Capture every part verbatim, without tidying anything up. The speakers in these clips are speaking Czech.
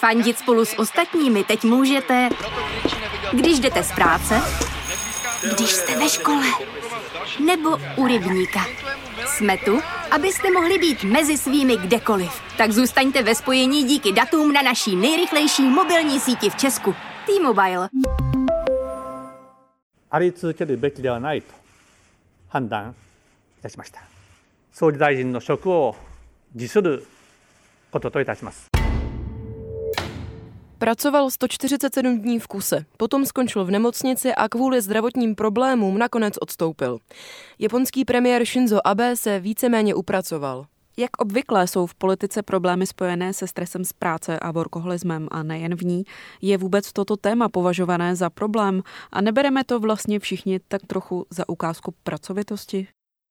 Fandit spolu s ostatními teď můžete, když jdete z práce, když jste ve škole, nebo u rybníka. Jsme tu, abyste mohli být mezi svými kdekoliv. Tak zůstaňte ve spojení díky datům na naší nejrychlejší mobilní síti v Česku. T-Mobile. あり続けるべきではないと判断いたしました。総理大臣の職を辞することといたします。 Pracoval sto čtyřicet sedm dní v kuse, potom skončil v nemocnici a kvůli zdravotním problémům nakonec odstoupil. Japonský premiér Shinzo Abe se víceméně upracoval. Jak obvykle jsou v politice problémy spojené se stresem z práce a workoholismem a nejen v ní, je vůbec toto téma považované za problém a nebereme to vlastně všichni tak trochu za ukázku pracovitosti?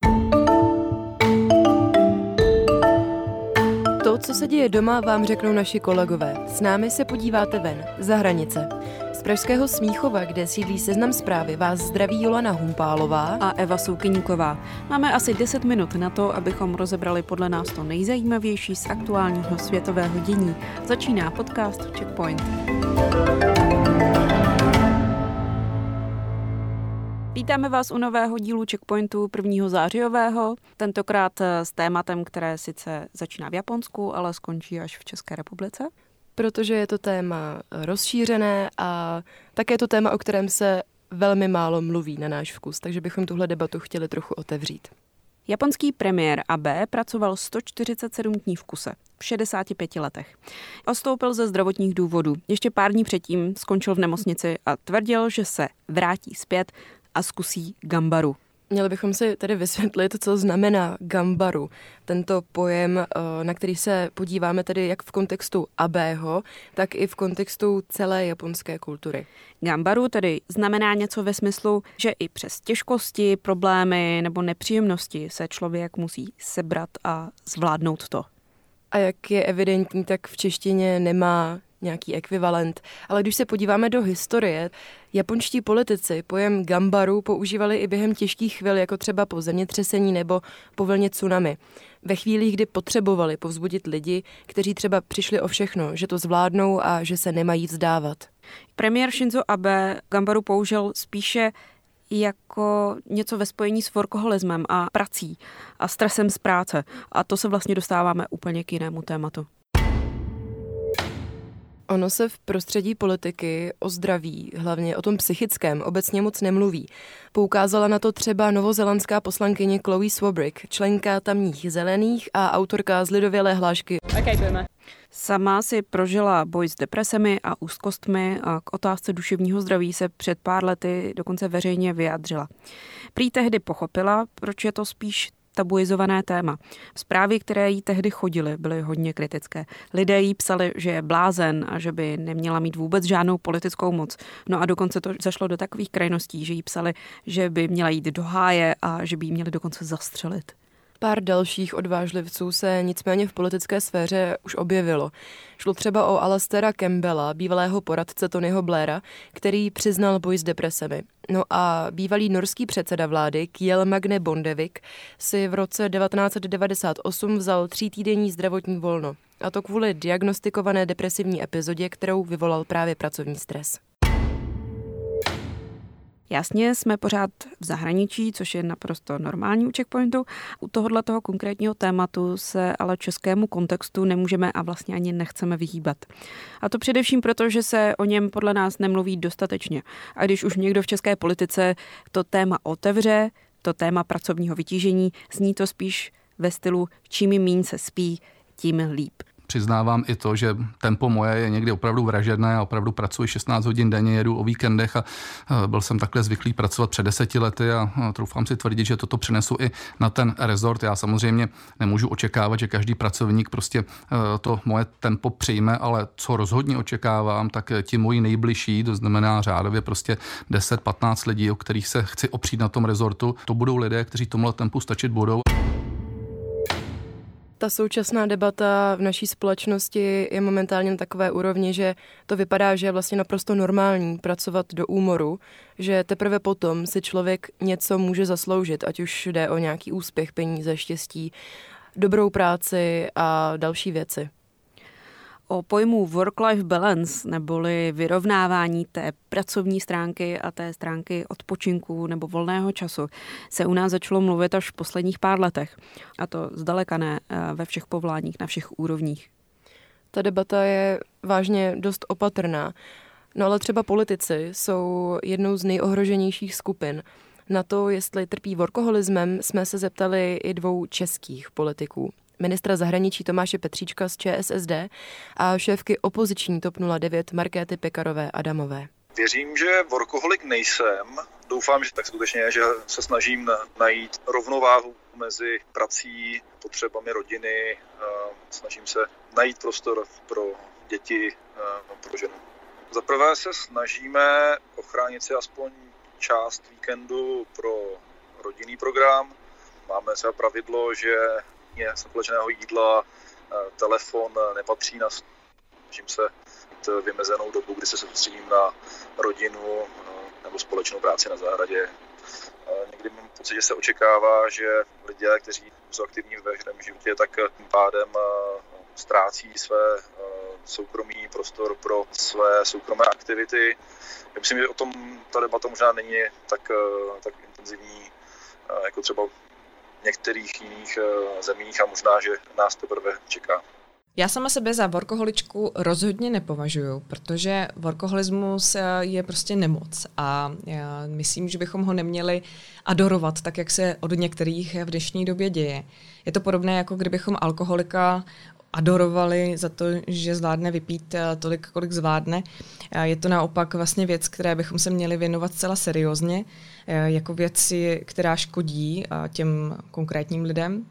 To, co se děje doma, vám řeknou naši kolegové. S námi se podíváte ven, za hranice. Z pražského Smíchova, kde sídlí Seznam Zprávy, vás zdraví Jolana Humpálová a Eva Soukyníková. Máme asi deset minut na to, abychom rozebrali podle nás to nejzajímavější z aktuálního světového dění. Začíná podcast Checkpoint. Vítáme vás u nového dílu Checkpointu prvního zářijového, tentokrát s tématem, které sice začíná v Japonsku, ale skončí až v České republice. Protože je to téma rozšířené a také je to téma, o kterém se velmi málo mluví na náš vkus, takže bychom tuhle debatu chtěli trochu otevřít. Japonský premiér Abe pracoval sto čtyřicet sedm dní v kuse, v šedesáti pěti letech. Odstoupil ze zdravotních důvodů. Ještě pár dní předtím skončil v nemocnici a tvrdil, že se vrátí zpět a zkusí gambaru. Měli bychom si tedy vysvětlit, co znamená gambaru. Tento pojem, na který se podíváme tedy jak v kontextu Abeho, tak i v kontextu celé japonské kultury. Gambaru tedy znamená něco ve smyslu, že i přes těžkosti, problémy nebo nepříjemnosti se člověk musí sebrat a zvládnout to. A jak je evidentní, tak v češtině nemá nějaký ekvivalent. Ale když se podíváme do historie, japonští politici pojem gambaru používali i během těžkých chvil, jako třeba po zemětřesení nebo po vlně tsunami. Ve chvílích, kdy potřebovali povzbudit lidi, kteří třeba přišli o všechno, že to zvládnou a že se nemají vzdávat. Premiér Shinzo Abe gambaru použil spíše jako něco ve spojení s workoholismem a prací a stresem z práce. A to se vlastně dostáváme úplně k jinému tématu. Ono se v prostředí politiky o zdraví, hlavně o tom psychickém, obecně moc nemluví. Poukázala na to třeba novozélandská poslankyně Chloe Swabrick, členka tamních zelených a autorka zlidovělé hlášky. Okay, Sama si prožila boj s depresemi a úzkostmi a k otázce duševního zdraví se před pár lety dokonce veřejně vyjádřila. Prý tehdy pochopila, proč je to spíš tabuizované téma. Zprávy, které jí tehdy chodily, byly hodně kritické. Lidé jí psali, že je blázen a že by neměla mít vůbec žádnou politickou moc. No a dokonce to zašlo do takových krajností, že jí psali, že by měla jít do háje a že by jí měli dokonce zastřelit. Pár dalších odvážlivců se nicméně v politické sféře už objevilo. Šlo třeba o Alastera Campbella, bývalého poradce Tonyho Blaira, který přiznal boj s depresemi. No a bývalý norský předseda vlády Kjell Magne Bondevik si v roce devatenáct set devadesát osm vzal třítýdenní zdravotní volno. A to kvůli diagnostikované depresivní epizodě, kterou vyvolal právě pracovní stres. Jasně, jsme pořád v zahraničí, což je naprosto normální u Checkpointu. U tohohle toho konkrétního tématu se ale českému kontextu nemůžeme a vlastně ani nechceme vyhýbat. A to především proto, že se o něm podle nás nemluví dostatečně. A když už někdo v české politice to téma otevře, to téma pracovního vytížení, zní to spíš ve stylu čím míň se spí, tím líp. Přiznávám i to, že tempo moje je někdy opravdu vražedné a opravdu pracuji šestnáct hodin denně, jedu o víkendech a byl jsem takhle zvyklý pracovat před deseti lety a troufám si tvrdit, že toto přinesu i na ten rezort. Já samozřejmě nemůžu očekávat, že každý pracovník prostě to moje tempo přijme, ale co rozhodně očekávám, tak ti moji nejbližší, to znamená řádově prostě deset patnáct lidí, o kterých se chci opřít na tom rezortu, to budou lidé, kteří tomuhle tempu stačit budou. Ta současná debata v naší společnosti je momentálně na takové úrovni, že to vypadá, že je vlastně naprosto normální pracovat do úmoru, že teprve potom si člověk něco může zasloužit, ať už jde o nějaký úspěch, peníze, štěstí, dobrou práci a další věci. O pojmu work-life balance, neboli vyrovnávání té pracovní stránky a té stránky odpočinku nebo volného času, se u nás začalo mluvit až v posledních pár letech. A to zdaleka ne ve všech povoláních, na všech úrovních. Ta debata je vážně dost opatrná. No ale třeba politici jsou jednou z nejohroženějších skupin. Na to, jestli trpí workoholismem, jsme se zeptali i dvou českých politiků. Ministra zahraničí Tomáše Petříčka z ČSSD a šéfky opoziční TOP nula devět Markéty Pekarové Adamové. Věřím, že workoholik nejsem. Doufám, že tak skutečně je, že se snažím najít rovnováhu mezi prací, potřebami rodiny. Snažím se najít prostor pro děti, pro ženu. Za prvé se snažíme ochránit si aspoň část víkendu pro rodinný program. Máme třeba pravidlo, že společného jídla, telefon nepatří na stůl. Snažím se mít vymezenou dobu, kdy se soustředím na rodinu nebo společnou práci na zahradě. Někdy mám pocit, že se očekává, že lidé, kteří jsou aktivní ve veřejném životě, tak tím pádem ztrácí své soukromý prostor pro své soukromé aktivity. Já myslím, že o tom ta debata možná není tak, tak intenzivní jako třeba v některých jiných zemích a možná, že nás teprve čeká. Já sama sebe za workoholičku rozhodně nepovažuju, protože workoholismus je prostě nemoc a já myslím, že bychom ho neměli adorovat, tak jak se od některých v dnešní době děje. Je to podobné, jako kdybychom alkoholika adorovali za to, že zvládne vypít tolik, kolik zvládne. Je to naopak vlastně věc, které bychom se měli věnovat zcela seriózně, jako věc, která škodí těm konkrétním lidem.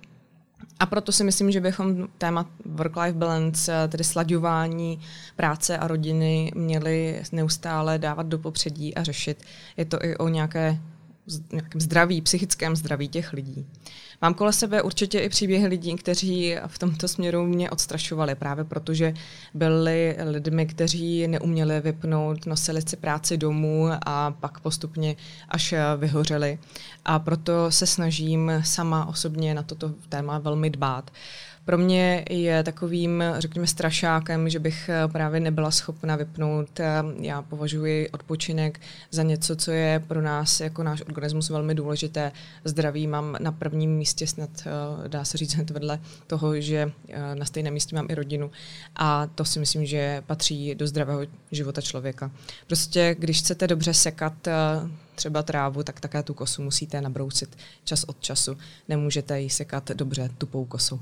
A proto si myslím, že bychom téma work-life balance, tedy slaďování práce a rodiny, měli neustále dávat do popředí a řešit. Je to i o nějaké, nějakém zdraví, psychickém zdraví těch lidí. Mám kolem sebe určitě i příběhy lidí, kteří v tomto směru mě odstrašovali, právě protože byli lidmi, kteří neuměli vypnout, nosili si práci domů a pak postupně až vyhořeli. A proto se snažím sama osobně na toto téma velmi dbát. Pro mě je takovým, řekněme, strašákem, že bych právě nebyla schopna vypnout. Já považuji odpočinek za něco, co je pro nás jako náš organismus velmi důležité. Zdraví mám na prvním místě, snad dá se říct hned vedle toho, že na stejném místě mám i rodinu. A to si myslím, že patří do zdravého života člověka. Prostě, když chcete dobře sekat třeba trávu, tak také tu kosu musíte nabrousit čas od času. Nemůžete ji sekat dobře tupou kosou.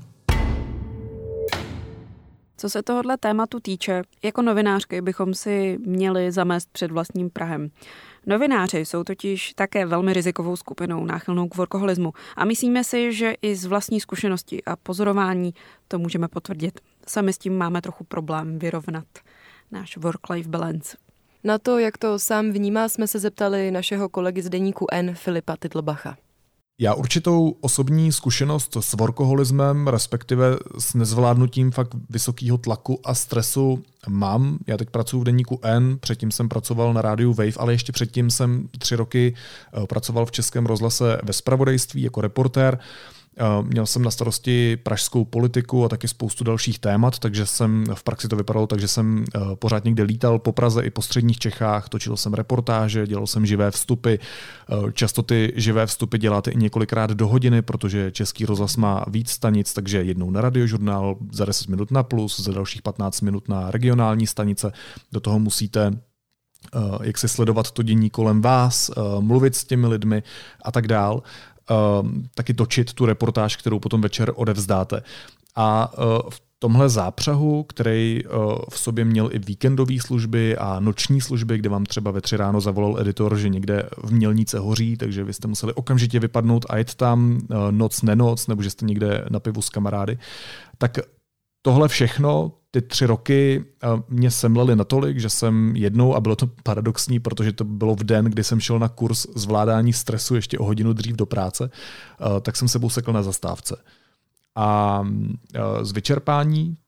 Co se tohohle tématu týče, jako novinářky bychom si měli zamést před vlastním prahem. Novináři jsou totiž také velmi rizikovou skupinou náchylnou k workoholismu a myslíme si, že i z vlastní zkušenosti a pozorování to můžeme potvrdit. Sami s tím máme trochu problém vyrovnat náš work-life balance. Na to, jak to sám vnímá, jsme se zeptali našeho kolegy z deníku N Filipa Titlbacha. Já určitou osobní zkušenost s workoholismem, respektive s nezvládnutím fakt vysokého tlaku a stresu mám. Já teď pracuji v deníku N, předtím jsem pracoval na rádiu Wave, ale ještě předtím jsem tři roky pracoval v Českém rozhlase ve zpravodajství jako reportér. Měl jsem na starosti pražskou politiku a taky spoustu dalších témat, takže jsem v praxi to vypadalo, takže jsem pořád někde lítal po Praze i po středních Čechách, točil jsem reportáže, dělal jsem živé vstupy. Často ty živé vstupy děláte i několikrát do hodiny, protože Český rozhlas má víc stanic, takže jednou na radiožurnál, za deset minut na Plus, za dalších patnáct minut na regionální stanice. Do toho musíte jak se sledovat to dění kolem vás, mluvit s těmi lidmi a tak dál. Uh, taky točit tu reportáž, kterou potom večer odevzdáte. A uh, v tomhle zápřahu, který uh, v sobě měl i víkendové služby a noční služby, kde vám třeba ve tři ráno zavolal editor, že někde v Mělnice hoří, takže vy jste museli okamžitě vypadnout a jet tam uh, noc, nenoc, nebo že jste někde na pivu s kamarády, tak tohle všechno, ty tři roky mě semlely natolik, že jsem jednou, a bylo to paradoxní, protože to bylo v den, kdy jsem šel na kurz zvládání stresu ještě o hodinu dřív do práce, tak jsem sebou sekl na zastávce. A z vyčerpání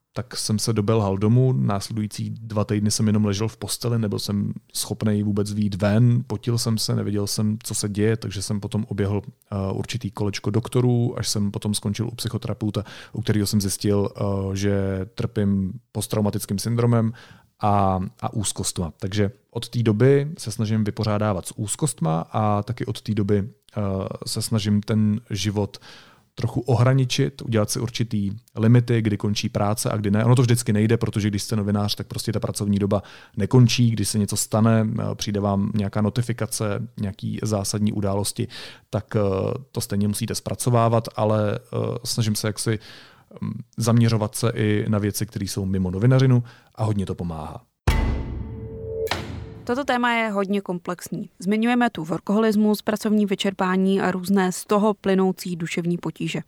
tak jsem se dobelhal domů, následující dva týdny jsem jenom ležel v posteli, nebyl jsem schopný vůbec vyjít ven, potil jsem se, nevěděl jsem, co se děje, takže jsem potom oběhl uh, určitý kolečko doktorů, až jsem potom skončil u psychoterapeuta, u kterého jsem zjistil, uh, že trpím posttraumatickým syndromem a, a úzkostma. Takže od té doby se snažím vypořádávat s úzkostma a taky od té doby uh, se snažím ten život trochu ohraničit, udělat si určitý limity, kdy končí práce a kdy ne. Ono to vždycky nejde, protože když jste novinář, tak prostě ta pracovní doba nekončí, když se něco stane, přijde vám nějaká notifikace, nějaký zásadní události, tak to stejně musíte zpracovávat, ale snažím se jaksi zaměřovat se i na věci, které jsou mimo novinařinu a hodně to pomáhá. Toto téma je hodně komplexní. Zmiňujeme tu workoholismus, pracovní vyčerpání a různé z toho plynoucí duševní potíže.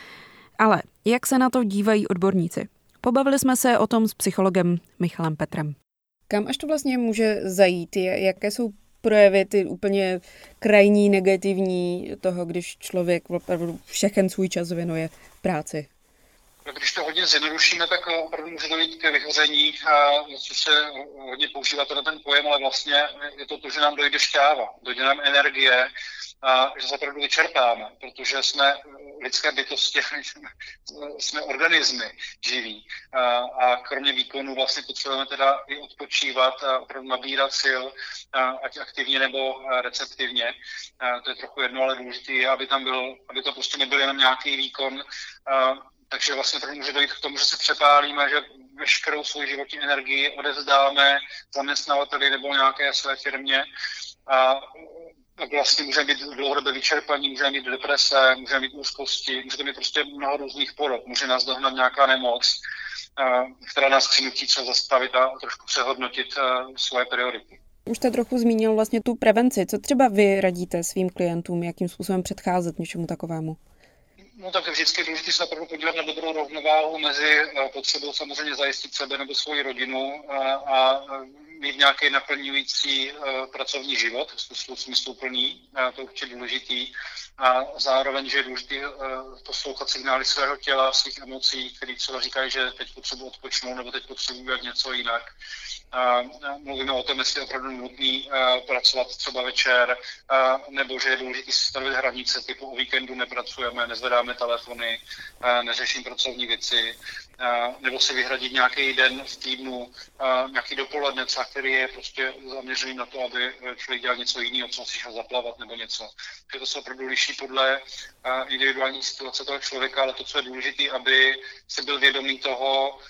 Ale jak se na to dívají odborníci? Pobavili jsme se o tom s psychologem Michalem Petrem. Kam až to vlastně může zajít? Jaké jsou projevy ty úplně krajní, negativní toho, když člověk opravdu všechen svůj čas věnuje práci? Když to hodně zjednodušíme, tak opravdu může dojít k vyhoření, což se hodně používá to na ten pojem, ale vlastně je to to, že nám dojde šťáva, dojde nám energie, a že se opravdu vyčerpáme, protože jsme lidské bytosti, jsme organismy živí a, a kromě výkonu vlastně potřebujeme teda i odpočívat a opravdu nabírat sil, a, ať aktivně nebo receptivně. A to je trochu jedno, ale důležité je, aby tam byl, aby to prostě nebyl jenom nějaký výkon. A, takže vlastně tady může dojít k tomu, že se přepálíme, že veškerou svou životní energii odevzdáme zaměstnavateli nebo nějaké své firmě a tak vlastně můžeme být dlouhodobě vyčerpaní, můžeme mít deprese, můžeme mít úzkosti, můžeme mít prostě mnoho různých podob, může nás dohnat nějaká nemoc, která nás přinutí třeba zastavit a trošku přehodnotit svoje priority. Už jste trochu zmínil vlastně tu prevenci. Co třeba vy radíte svým klientům, jakým způsobem předcházet něčemu takovému? No tak vždycky je důležité se naprosto podívat na dobrou rovnováhu mezi potřebou samozřejmě zajistit sebe nebo svoji rodinu a, a mít nějaký naplňující pracovní život, smysluplný, to je určitě důležitý. A zároveň, že je důležité poslouchat signály svého těla, svých emocí, které třeba říkají, že teď potřebuji odpočnout nebo teď potřebuji dělat něco jinak. A mluvíme o tom, jestli je opravdu nutný pracovat třeba večer, nebo že je důležité si stanovit hranice, typu o víkendu nepracujeme, nezvedáme telefony, neřeším pracovní věci, nebo si vyhradit nějaký den v týdnu, nějaký dopoledne, třeba, který je prostě zaměřený na to, aby člověk dělal něco jiného, co si šel zaplavat nebo něco. Takže to se opravdu liší podle individuální situace toho člověka, ale to, co je důležité, aby si byl vědomý toho,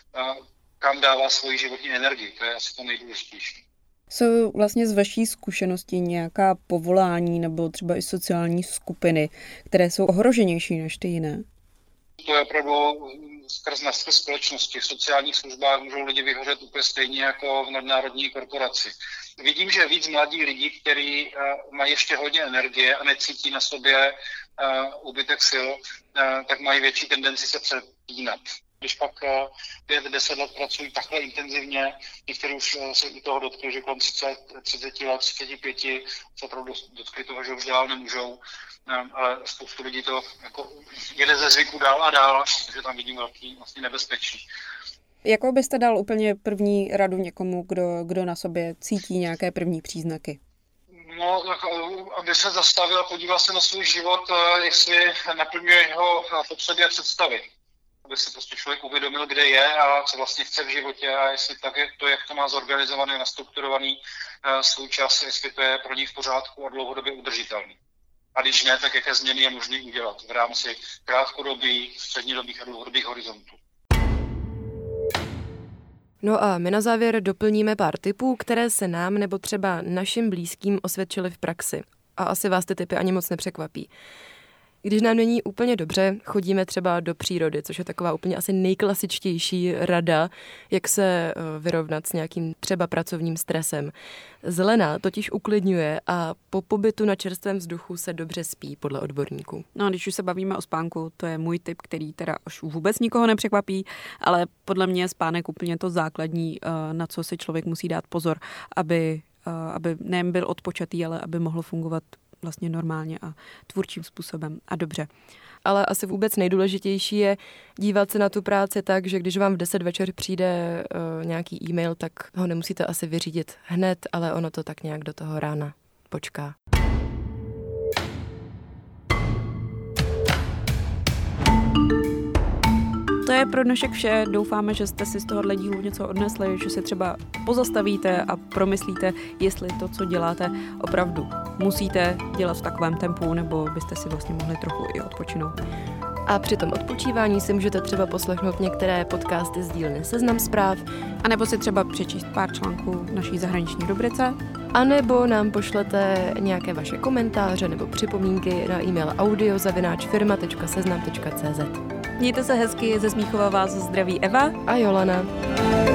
kam dává svoji životní energii. To je asi to nejdůležitější. Jsou vlastně z vaší zkušenosti nějaká povolání nebo třeba i sociální skupiny, které jsou ohroženější než ty jiné? To je opravdu skrz naše společnosti. V sociálních službách můžou lidi vyhořet úplně stejně jako v nadnárodní korporaci. Vidím, že víc mladí lidí, kteří mají ještě hodně energie a necítí na sobě úbytek sil, tak mají větší tendenci se přepínat. Když pak pět deset let pracují takhle intenzivně, někteří už se i toho dotkli, že kolem třicet let, třicet pět se opravdu dotkli toho, že už dál nemůžou, ale spoustu lidí to jako jede ze zvyku dál a dál, takže tam vidím velký vlastně nebezpečí. Jakou byste dal úplně první radu někomu, kdo, kdo na sobě cítí nějaké první příznaky? No, tak, aby se zastavil a podíval se na svůj život, jestli naplňuje jeho potřeby a představy. Aby si prostě člověk uvědomil, kde je a co vlastně chce v životě a jestli tak je to, jak to má zorganizovaný, nastrukturovaný svůj čas, jestli to je pro něj v pořádku a dlouhodobě udržitelný. A když ne, tak jaké změny je možné udělat v rámci krátkodobých, střednědobých a dlouhodobých horizontů. No a my na závěr doplníme pár tipů, které se nám nebo třeba našim blízkým osvědčily v praxi. A asi vás ty tipy ani moc nepřekvapí. Když nám není úplně dobře, chodíme třeba do přírody, což je taková úplně asi nejklasičtější rada, jak se vyrovnat s nějakým třeba pracovním stresem. Zelená totiž uklidňuje a po pobytu na čerstvém vzduchu se dobře spí, podle odborníků. No a když už se bavíme o spánku, to je můj tip, který teda už vůbec nikoho nepřekvapí, ale podle mě je spánek úplně to základní, na co si člověk musí dát pozor, aby, aby nejen byl odpočatý, ale aby mohl fungovat vlastně normálně a tvůrčím způsobem a dobře. Ale asi vůbec nejdůležitější je dívat se na tu práci tak, že když vám v deset večer přijde uh, nějaký e-mail, tak ho nemusíte asi vyřídit hned, ale ono to tak nějak do toho rána počká. To je pro dnešek vše. Doufáme, že jste si z tohohle dílu něco odnesli, že si třeba pozastavíte a promyslíte, jestli to, co děláte, opravdu musíte dělat v takovém tempu, nebo byste si vlastně mohli trochu i odpočinout. A při tom odpočívání si můžete třeba poslechnout některé podcasty z dílny Seznam zpráv. A nebo si třeba přečíst pár článků v naší zahraniční rubrice. A nebo nám pošlete nějaké vaše komentáře nebo připomínky na e-mail audio zavináč firma tečka seznam tečka cé zet. Mějte se hezky, ze Smíchova vás zdraví Eva a Jolana.